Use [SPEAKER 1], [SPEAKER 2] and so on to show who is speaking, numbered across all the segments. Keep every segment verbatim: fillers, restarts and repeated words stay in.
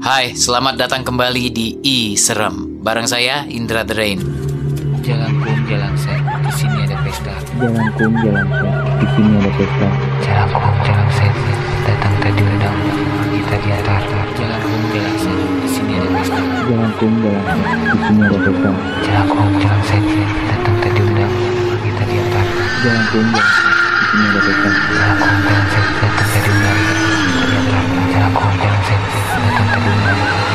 [SPEAKER 1] Hai, selamat datang kembali di I Serem. Bareng saya Indra The Rain.
[SPEAKER 2] Jalan kum, jalan set, di sini ada pesta.
[SPEAKER 3] Jalan kum, jalan set, di sini ada pesta.
[SPEAKER 2] Jalan kum, jalan set, datang tadi undang, kita di atas. Jalan kum, jalan set, di sini ada pesta.
[SPEAKER 3] Jalan kum, jalan set, di sini ada pesta.
[SPEAKER 2] Jalan kum, jalan set, datang tadi undang, kita di atas.
[SPEAKER 3] Jalan kum, jalan set, di sini ada pesta.
[SPEAKER 2] Jalan kum, jalan set, datang tadi undang, kita di atas. Jalan kum, jalan set, datang tadi undang, kita di atas.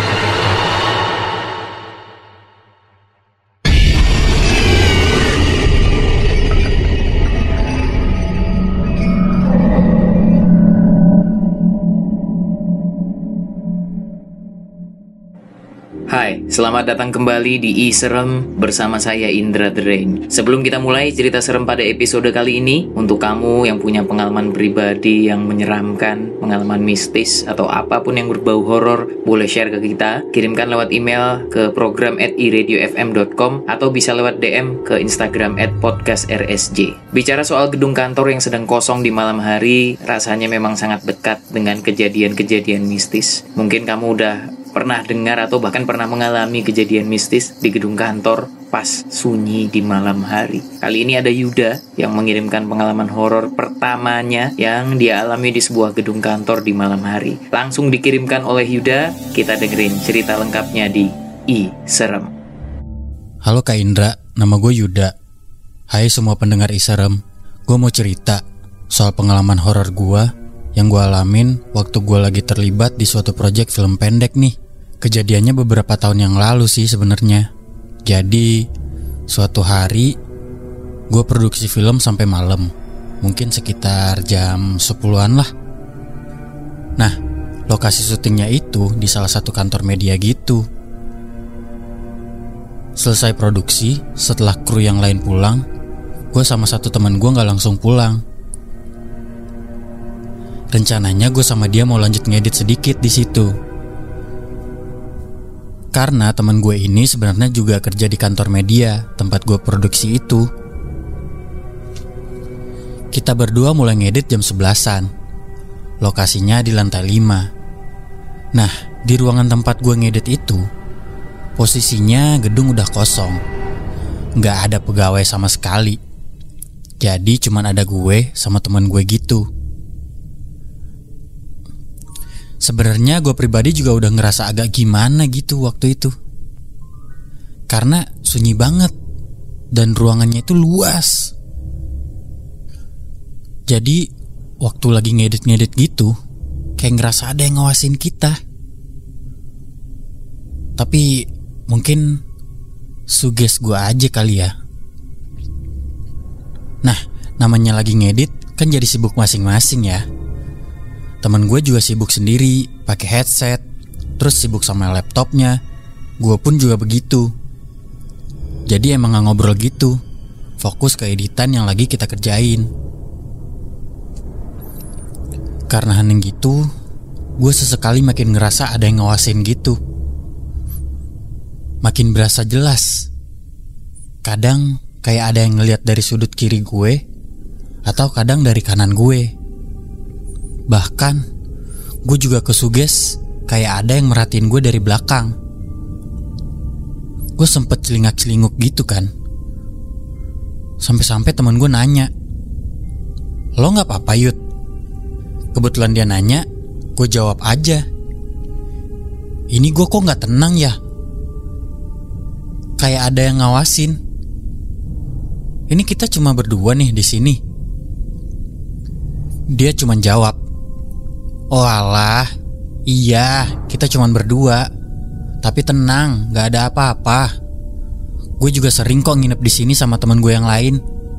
[SPEAKER 1] Hai, selamat datang kembali di I Serem bersama saya Indra The Rain. Sebelum kita mulai cerita serem pada episode kali ini, untuk kamu yang punya pengalaman pribadi yang menyeramkan, pengalaman mistis, atau apapun yang berbau horor, boleh share ke kita. Kirimkan lewat email ke program at i radio f m dot com atau bisa lewat D M ke Instagram at podcast r s j. Bicara soal gedung kantor yang sedang kosong di malam hari, rasanya memang sangat dekat dengan kejadian-kejadian mistis. Mungkin kamu udah pernah dengar atau bahkan pernah mengalami kejadian mistis di gedung kantor pas sunyi di malam hari. Kali ini ada Yuda yang mengirimkan pengalaman horor pertamanya yang dia alami di sebuah gedung kantor di malam hari. Langsung dikirimkan oleh Yuda, kita dengerin cerita lengkapnya di I Serem.
[SPEAKER 4] Halo Kak Indra, nama gue Yuda. Hai semua pendengar I Serem, gue mau cerita soal pengalaman horor gue yang gue alamin waktu gue lagi terlibat di suatu proyek film pendek nih. Kejadiannya beberapa tahun yang lalu sih sebenarnya. Jadi suatu hari gue produksi film sampai malam, mungkin sekitar jam sepuluhan lah. Nah, lokasi syutingnya itu di salah satu kantor media gitu. Selesai produksi, setelah kru yang lain pulang, gue sama satu teman gue gak langsung pulang. Rencananya gue sama dia mau lanjut ngedit sedikit di situ. Karena teman gue ini sebenarnya juga kerja di kantor media tempat gue produksi itu. Kita berdua mulai ngedit jam sebelasan. Lokasinya di lantai lima. Nah, di ruangan tempat gue ngedit itu, posisinya gedung udah kosong. Gak ada pegawai sama sekali. Jadi cuman ada gue sama teman gue gitu. Sebenarnya gue pribadi juga udah ngerasa agak gimana gitu waktu itu. Karena sunyi banget dan ruangannya itu luas. Jadi waktu lagi ngedit-ngedit gitu, kayak ngerasa ada yang ngawasin kita. Tapi mungkin suges gue aja kali ya. Nah, namanya lagi ngedit kan jadi sibuk masing-masing ya. Temen gue juga sibuk sendiri, pakai headset, terus sibuk sama laptopnya. Gue pun juga begitu. Jadi emang gak ngobrol gitu, fokus ke editan yang lagi kita kerjain. Karena hening gitu, gue sesekali makin ngerasa ada yang ngawasin gitu. Makin berasa jelas. Kadang kayak ada yang ngeliat dari sudut kiri gue, atau kadang dari kanan gue. Bahkan gue juga kesuges kayak ada yang merhatiin gue dari belakang. Gue sempet celingak-celinguk gitu kan. Sampai-sampai teman gue nanya, "Lo gak apa-apa Yud?" Kebetulan dia nanya, gue jawab aja, "Ini gue kok gak tenang ya? Kayak ada yang ngawasin. Ini kita cuma berdua nih di sini." Dia cuma jawab, "Oh alah, iya kita cuman berdua. Tapi tenang, gak ada apa-apa. Gue juga sering kok nginep di sini sama teman gue yang lain."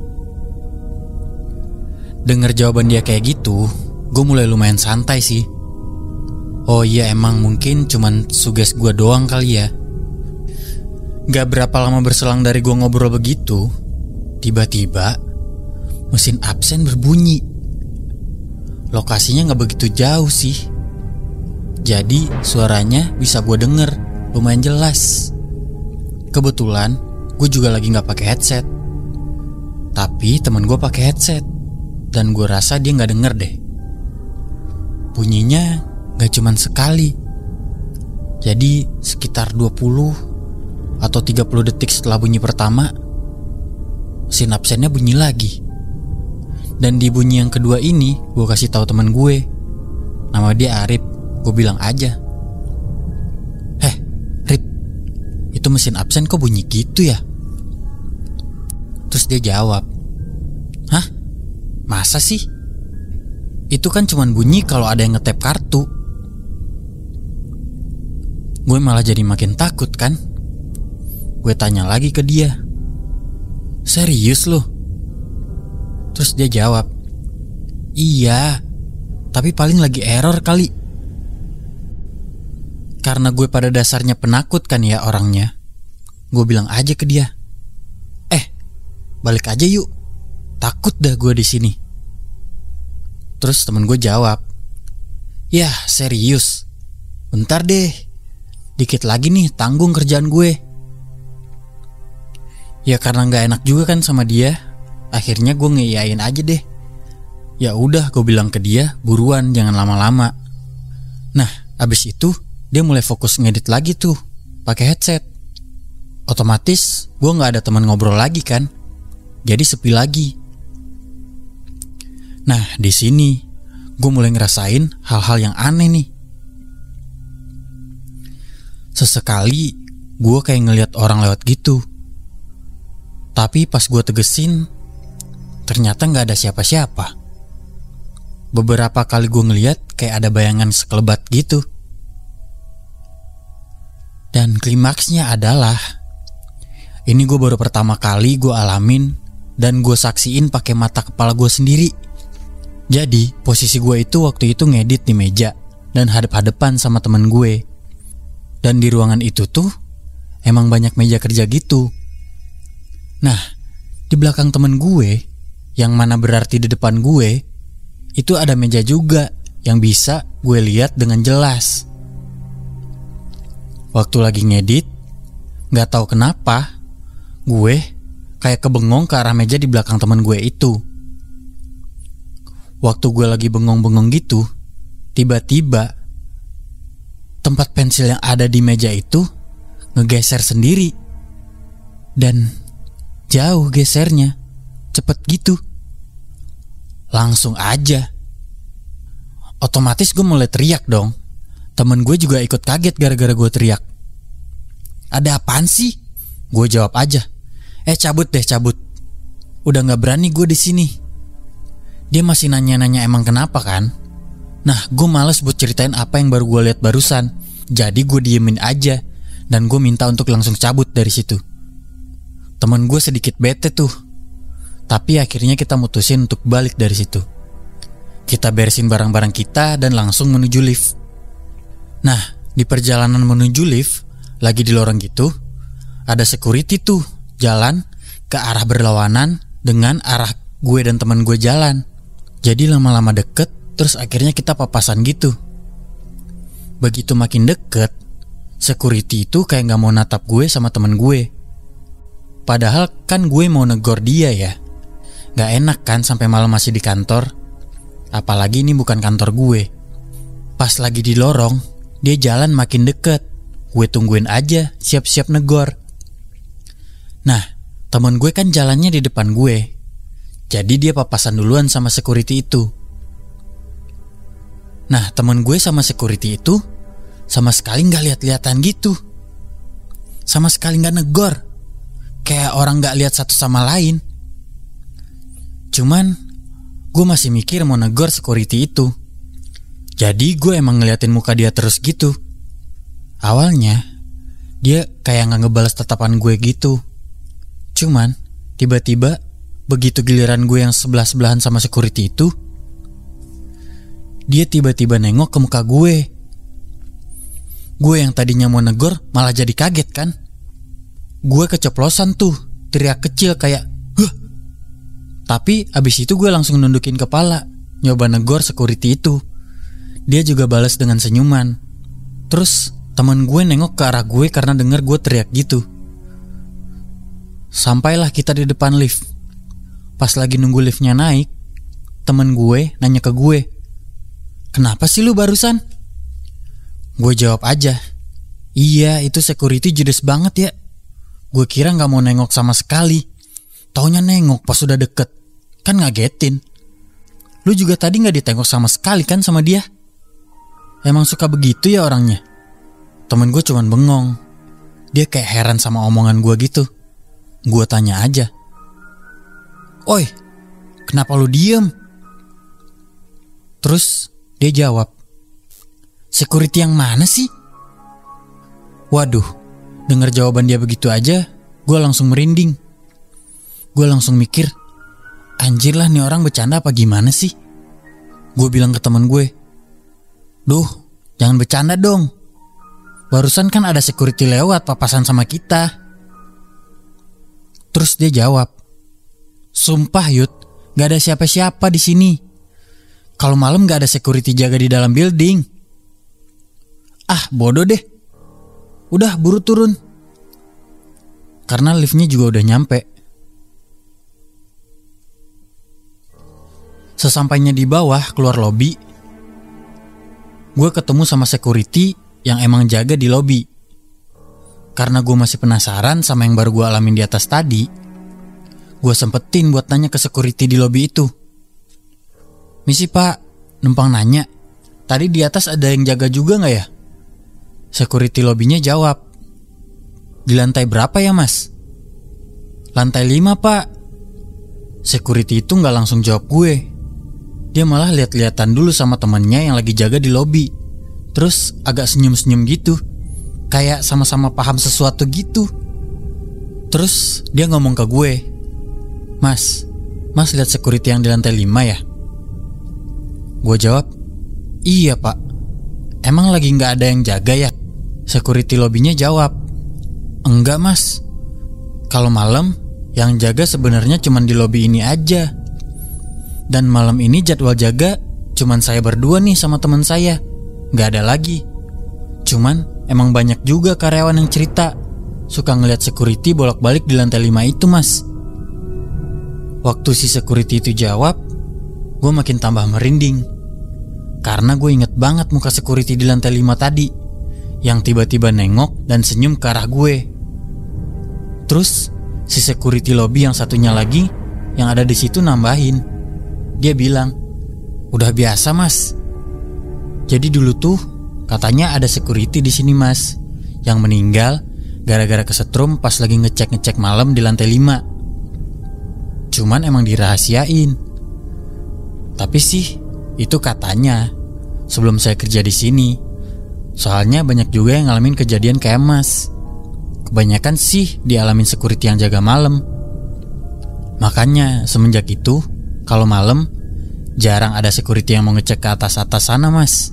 [SPEAKER 4] Dengar jawaban dia kayak gitu, gue mulai lumayan santai sih. Oh iya emang mungkin cuman suges gue doang kali ya. Gak berapa lama berselang dari gue ngobrol begitu, tiba-tiba mesin absen berbunyi. Lokasinya gak begitu jauh sih. Jadi suaranya bisa gue denger lumayan jelas. Kebetulan gue juga lagi gak pakai headset. Tapi teman gue pakai headset, dan gue rasa dia gak denger deh. Bunyinya gak cuman sekali, Jadi sekitar dua puluh atau tiga puluh detik setelah bunyi pertama, mesin absennya bunyi lagi. Dan di bunyi yang kedua ini gue kasih tahu teman gue, nama dia Arif. Gue bilang aja, "Heh Rip, itu mesin absen kok bunyi gitu ya?" Terus dia jawab, "Hah? Masa sih? Itu kan cuman bunyi kalau ada yang ngetap kartu." Gue malah jadi makin takut kan. Gue tanya lagi ke dia, "Serius lo?" Terus dia jawab, "Iya, tapi paling lagi error kali." Karena gue pada dasarnya penakut kan ya orangnya, gue bilang aja ke dia, "Eh, balik aja yuk. Takut dah gue di sini." Terus temen gue jawab, "Yah serius, bentar deh, dikit lagi nih tanggung kerjaan gue." Ya karena gak enak juga kan sama dia, akhirnya gue ngiyain aja deh. Ya udah, gue bilang ke dia, "Buruan, jangan lama-lama." Nah, abis itu dia mulai fokus ngedit lagi tuh pakai headset. Otomatis gue nggak ada teman ngobrol lagi kan, jadi sepi lagi. Nah di sini gue mulai ngerasain hal-hal yang aneh nih. Sesekali gue kayak ngelihat orang lewat gitu, tapi pas gue tegesin ternyata nggak ada siapa-siapa. Beberapa kali gue ngelihat kayak ada bayangan sekelebat gitu. Dan klimaksnya adalah, ini gue baru pertama kali gue alamin dan gue saksiin pakai mata kepala gue sendiri. Jadi posisi gue itu waktu itu ngedit di meja dan hadap-hadapan sama temen gue. Dan di ruangan itu tuh emang banyak meja kerja gitu. Nah di belakang temen gue, yang mana berarti di depan gue, itu ada meja juga yang bisa gue lihat dengan jelas. Waktu lagi ngedit, gak tahu kenapa gue kayak kebengong ke arah meja di belakang teman gue itu. Waktu gue lagi bengong-bengong gitu, tiba-tiba tempat pensil yang ada di meja itu ngegeser sendiri. Dan jauh gesernya, cepet gitu. Langsung aja. Otomatis gue mulai teriak dong. Temen gue juga ikut kaget gara-gara gue teriak. "Ada apaan sih?" Gue jawab aja, "Eh cabut deh cabut. Udah gak berani gue di sini." Dia masih nanya-nanya emang kenapa kan. Nah gue males buat ceritain apa yang baru gue lihat barusan. Jadi gue diemin aja dan gue minta untuk langsung cabut dari situ. Temen gue sedikit bete tuh, tapi akhirnya kita mutusin untuk balik dari situ. Kita beresin barang-barang kita dan langsung menuju lift. Nah di perjalanan menuju lift, lagi di lorong gitu, ada security tuh jalan ke arah berlawanan dengan arah gue dan teman gue jalan. Jadi lama-lama deket, terus akhirnya kita papasan gitu. Begitu makin deket, security itu kayak gak mau natap gue sama teman gue. Padahal kan gue mau negor dia ya. Gak enak kan sampai malam masih di kantor. Apalagi ini bukan kantor gue. Pas lagi di lorong, dia jalan makin deket. Gue tungguin aja, siap-siap negor. Nah, temen gue kan jalannya di depan gue. Jadi dia papasan duluan sama security itu. Nah, temen gue sama security itu sama sekali gak lihat-lihatan gitu. Sama sekali gak negor. Kayak orang gak lihat satu sama lain. Cuman gue masih mikir mau negor security itu. Jadi gue emang ngeliatin muka dia terus gitu. Awalnya dia kayak gak ngebalas tatapan gue gitu. Cuman tiba-tiba begitu giliran gue yang sebelah-sebelahan sama security itu, dia tiba-tiba nengok ke muka gue. Gue yang tadinya mau negor malah jadi kaget kan. Gue keceplosan tuh, teriak kecil kayak "Huh!" Tapi abis itu gue langsung nundukin kepala, nyoba negor security itu. Dia juga balas dengan senyuman. Terus teman gue nengok ke arah gue karena denger gue teriak gitu. Sampailah kita di depan lift. Pas lagi nunggu liftnya naik, temen gue nanya ke gue, "Kenapa sih lu barusan?" Gue jawab aja, Iya, itu security judes banget ya. Gue kira gak mau nengok sama sekali. Taunya nengok pas udah deket. Kan ngagetin. Lu juga tadi gak ditengok sama sekali kan sama dia? Emang suka begitu ya orangnya? Temen gue cuman bengong. Dia kayak heran sama omongan gue gitu. Gue tanya aja, "Oi, kenapa lu diem?" Terus dia jawab, "Security yang mana sih?" Waduh, dengar jawaban dia begitu aja, gue langsung merinding. Gue langsung mikir, anjir lah nih orang bercanda apa gimana sih? Gue bilang ke temen gue, "Duh, jangan bercanda dong. Barusan kan ada security lewat papasan sama kita." Terus dia jawab, "Sumpah Yud, gak ada siapa-siapa di sini. Kalau malam gak ada security jaga di dalam building." Ah, bodoh deh. Udah, buru turun. Karena liftnya juga udah nyampe. Sesampainya di bawah, keluar lobi, gue ketemu sama security yang emang jaga di lobi. Karena gue masih penasaran sama yang baru gue alamin di atas tadi, gue sempetin buat nanya ke security di lobi itu. "Misi pak, numpang nanya, tadi di atas ada yang jaga juga gak ya?" Security lobinya jawab, "Di lantai berapa ya mas?" "Lantai lima pak." Security itu gak langsung jawab gue. Dia malah lihat-lihatan dulu sama temannya yang lagi jaga di lobi. Terus agak senyum-senyum gitu, kayak sama-sama paham sesuatu gitu. Terus dia ngomong ke gue, "Mas, mas lihat security yang di lantai lima ya?" Gue jawab, "Iya pak." "Emang lagi gak ada yang jaga ya?" Security lobinya jawab, "Enggak mas. Kalau malam yang jaga sebenarnya cuman di lobi ini aja. Dan malam ini jadwal jaga cuman saya berdua nih sama teman saya. Gak ada lagi. Cuman emang banyak juga karyawan yang cerita suka ngeliat security bolak-balik di lantai lima itu mas." Waktu si security itu jawab, gue makin tambah merinding. Karena gue inget banget muka security di lantai lima tadi, yang tiba-tiba nengok dan senyum ke arah gue. Terus si security lobby yang satunya lagi yang ada di situ nambahin. Dia bilang, "Udah biasa mas. Jadi dulu tuh katanya ada security di sini mas, yang meninggal gara-gara kesetrum pas lagi ngecek-ngecek malam di lantai lima. Cuman emang dirahasiain. Tapi sih itu katanya sebelum saya kerja di sini. Soalnya banyak juga yang ngalamin kejadian kayak mas. Kebanyakan sih dialamin security yang jaga malam. Makanya semenjak itu kalau malam jarang ada security yang mau ngecek ke atas-atas sana mas."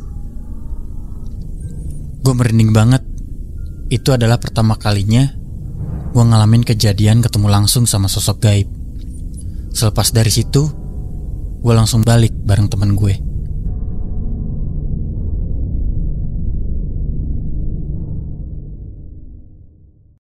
[SPEAKER 4] Gue merinding banget. Itu adalah pertama kalinya gue ngalamin kejadian ketemu langsung sama sosok gaib. Selepas dari situ gue langsung balik bareng temen gue.